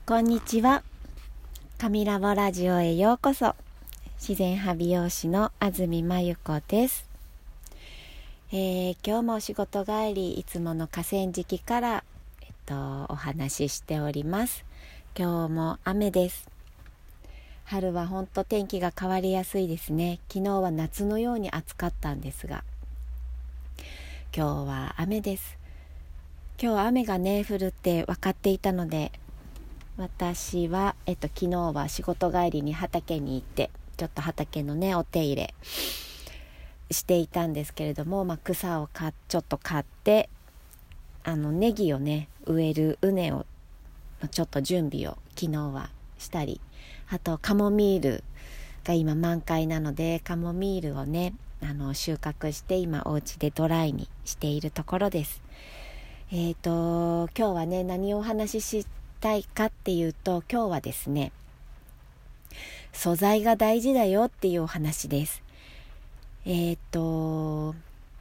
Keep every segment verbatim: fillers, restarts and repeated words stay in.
こんにちは。神ラボラジオへようこそ。自然派美容師の安住真由子です。えー、今日もお仕事帰り、いつもの河川敷から、えっと、お話ししております。今日も雨です。春は本当天気が変わりやすいですね。昨日は夏のように暑かったんですが、今日は雨です。今日は雨がね降るって分かっていたので、私は、えっと、昨日は仕事帰りに畑に行ってちょっと畑のねお手入れしていたんですけれども、まあ、草をかちょっと買ってあのネギをね植える畝をちょっと準備を昨日はしたり、あとカモミールが今満開なのでカモミールをねあの収穫して今お家でドライにしているところです。えーと今日はね何をお話ししたいかっていうと、今日はですね素材が大事だよっていうお話です。えーと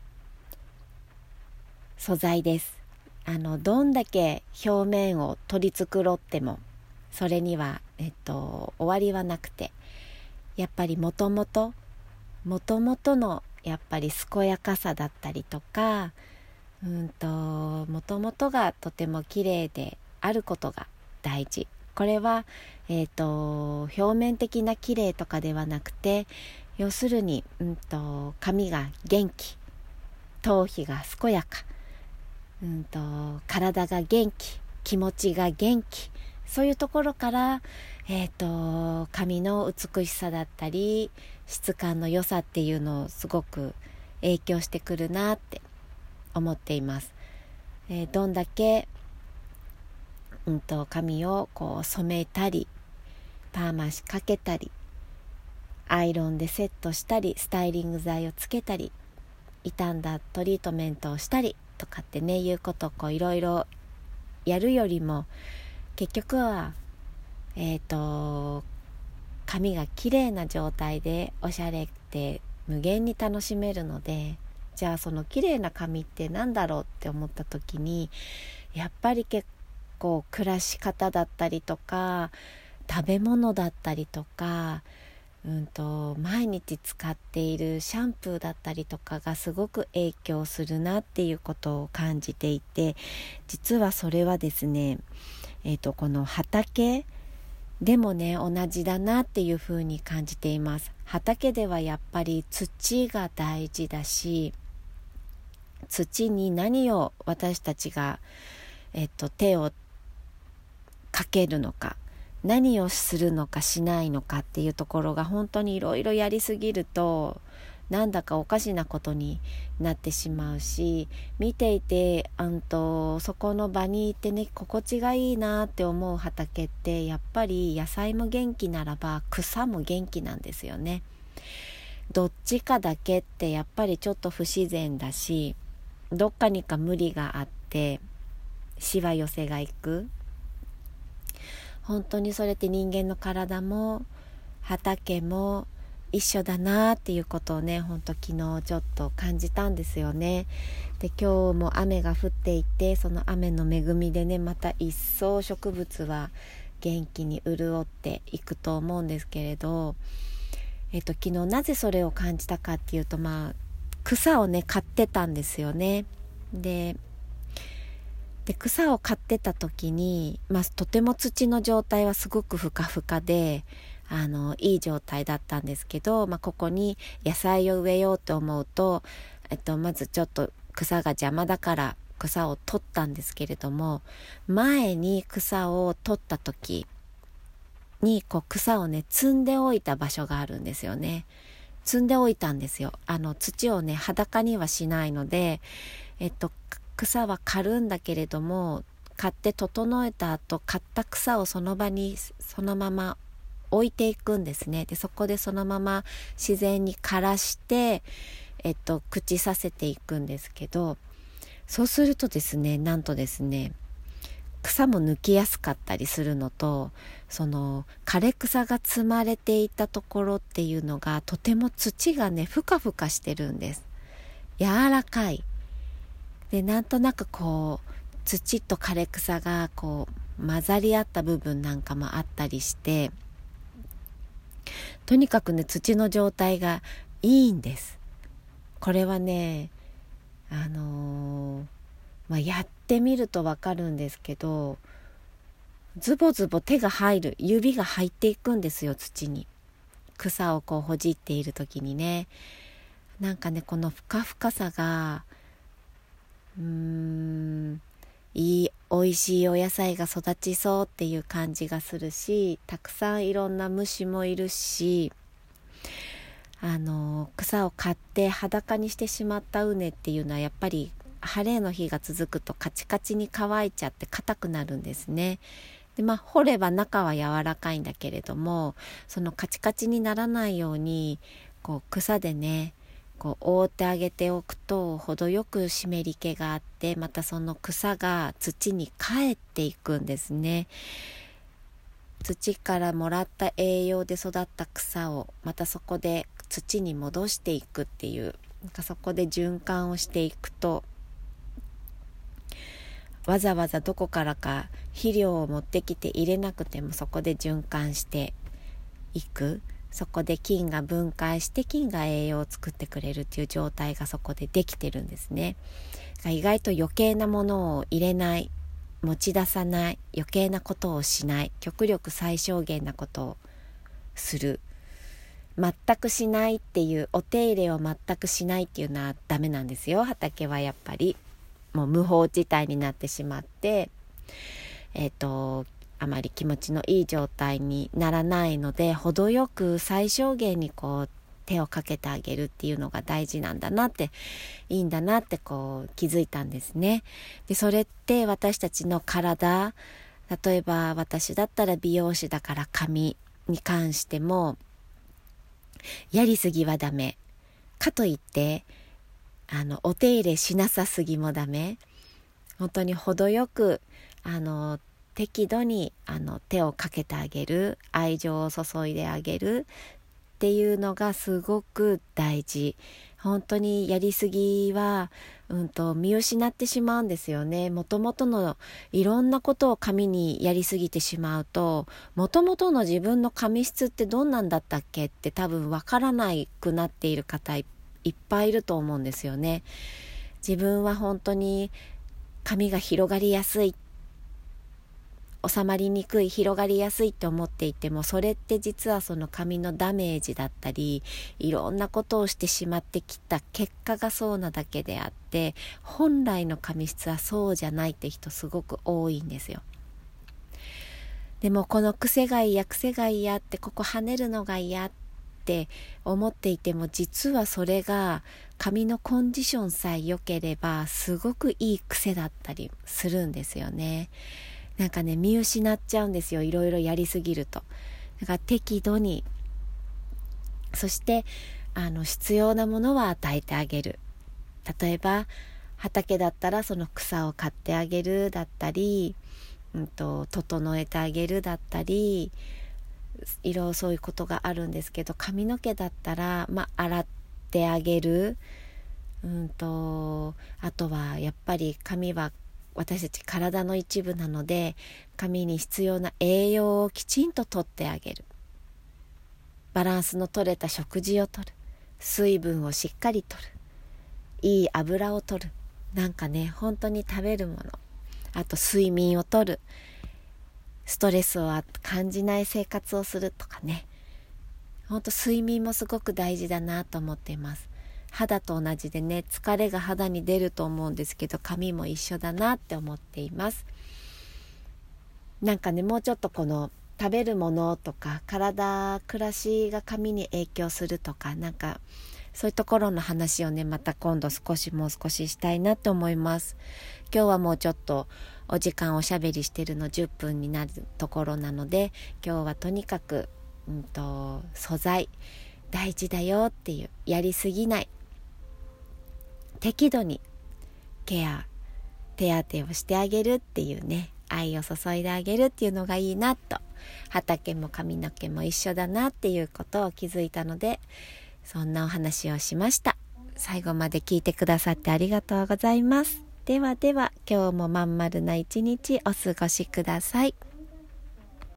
素材です。あのどんだけ表面を取り繕ってもそれには、えっと、終わりはなくて、やっぱりもともともともとのやっぱり健やかさだったりとか、うんともともとがとても綺麗であることが大事。これは、えーと、表面的な綺麗とかではなくて、要するに、うんと、髪が元気、頭皮が健やか、うんと、体が元気、気持ちが元気、そういうところから、えーと、髪の美しさだったり質感の良さっていうのをすごく影響してくるなって思っています。えー、どんだけうんと髪をこう染めたりパーマしかけたりアイロンでセットしたりスタイリング剤をつけたり傷んだトリートメントをしたりとかってねいうことをこういろいろやるよりも、結局はえっと髪が綺麗な状態でおしゃれって無限に楽しめるので、じゃあその綺麗な髪ってなんだろうって思った時に、やっぱり結構暮らし方だったりとか食べ物だったりとか、うんと毎日使っているシャンプーだったりとかがすごく影響するなっていうことを感じていて、実はそれはですね、えーとこの畑でもね同じだなっていうふうに感じています。畑ではやっぱり土が大事だし、土に何を私たちが、えっと、手をかけるのか、何をするのかしないのかっていうところが本当にいろいろやりすぎるとなんだかおかしなことになってしまうし、見ていてあんとそこの場にいてね心地がいいなって思う畑って、やっぱり野菜も元気ならば草も元気なんですよね。どっちかだけってやっぱりちょっと不自然だし、どっかにか無理があってしわ寄せがいく。本当にそれって人間の体も畑も一緒だなっていうことをね、本当昨日ちょっと感じたんですよね。で今日も雨が降っていて、その雨の恵みでねまた一層植物は元気に潤っていくと思うんですけれど、えっと昨日なぜそれを感じたかっていうと、まあ草をね買ってたんですよね。でで草を買ってた時に、まあ、とても土の状態はすごくふかふかであのいい状態だったんですけど、まあ、ここに野菜を植えようと思うと、えっと、まずちょっと草が邪魔だから草を取ったんですけれども、前に草を取った時にこう草をね積んでおいた場所があるんですよね。積んでおいたんですよ。あの土をね裸にはしないので、えっと草は刈るんだけれども、刈って整えた後刈った草をその場にそのまま置いていくんですね。でそこでそのまま自然に枯らして、えっと、朽ちさせていくんですけど、そうするとですね、なんとですね草も抜きやすかったりするのと、その枯れ草が積まれていたところっていうのがとても土がねふかふかしてるんです。柔らかいで、なんとなくこう土と枯れ草がこう混ざり合った部分なんかもあったりして、とにかくね土の状態がいいんです。これはねあのーまあ、やってみるとわかるんですけど、ズボズボ手が入る、指が入っていくんですよ、土に。草をこうほじっている時にね、なんかねこのふかふかさがうーんいい美味しいお野菜が育ちそうっていう感じがするし、たくさんいろんな虫もいるし、あの草を刈って裸にしてしまった畝っていうのはやっぱり晴れの日が続くとカチカチに乾いちゃって硬くなるんですね。でまあ掘れば中は柔らかいんだけれども、そのカチカチにならないようにこう草でねこう覆ってあげておくと程よく湿り気があって、またその草が土に帰っていくんですね。土からもらった栄養で育った草をまたそこで土に戻していくっていう、なんかそこで循環をしていくと、わざわざどこからか肥料を持ってきて入れなくてもそこで循環していく、そこで菌が分解して菌が栄養を作ってくれるっていう状態がそこでできてるんですね。意外と余計なものを入れない、持ち出さない、余計なことをしない、極力最小限なことをする、全くしないっていう、お手入れを全くしないっていうのはダメなんですよ。畑はやっぱりもう無法地帯になってしまって、えっとあまり気持ちのいい状態にならないので、程よく最小限にこう手をかけてあげるっていうのが大事なんだなって、いいんだなってこう気づいたんですね。でそれって私たちの体、例えば私だったら美容師だから髪に関してもやりすぎはダメかといってあのお手入れしなさすぎもダメ、本当に程よくあの適度にあの手をかけてあげる、愛情を注いであげるっていうのがすごく大事。本当にやりすぎは、うんと見失ってしまうんですよね。もともとのいろんなことを髪にやりすぎてしまうと、もともとの自分の髪質ってどんなんだったっけって多分わからなくなっている方いっぱいいると思うんですよね。自分は本当に髪が広がりやすい、収まりにくい、広がりやすいって思っていても、それって実はその髪のダメージだったり、いろんなことをしてしまってきた結果がそうなだけであって、本来の髪質はそうじゃないって人すごく多いんですよ。でもこの癖が嫌、癖が嫌って、ここ跳ねるのが嫌って思っていても、実はそれが髪のコンディションさえ良ければすごくいい癖だったりするんですよね。なんかね見失っちゃうんですよ、いろいろやりすぎると。だから適度に、そしてあの必要なものは与えてあげる。例えば畑だったらその草を刈ってあげるだったり、うんと整えてあげるだったり、いろいろそういうことがあるんですけど、髪の毛だったら、まあ、洗ってあげる、うんとあとはやっぱり髪は私たち体の一部なので、髪に必要な栄養をきちんととってあげる、バランスの取れた食事をとる、水分をしっかりとる、いい油をとる、なんかね本当に食べるもの、あと睡眠をとる、ストレスを感じない生活をするとかね、本当睡眠もすごく大事だなと思っています。肌と同じでね、疲れが肌に出ると思うんですけど、髪も一緒だなって思っています。なんかねもうちょっとこの食べるものとか体、暮らしが髪に影響するとか、なんかそういうところの話をねまた今度少しもう少ししたいなと思います。今日はもうちょっとお時間おしゃべりしてるのじゅっぷんになるところなので、今日はとにかく、うんと、素材大事だよっていう、やりすぎない、適度にケア、手当てをしてあげるっていうね、愛を注いであげるっていうのがいいなと、畑も髪の毛も一緒だなっていうことを気づいたので、そんなお話をしました。最後まで聞いてくださってありがとうございます。 ではでは今日もまん丸な一日お過ごしください。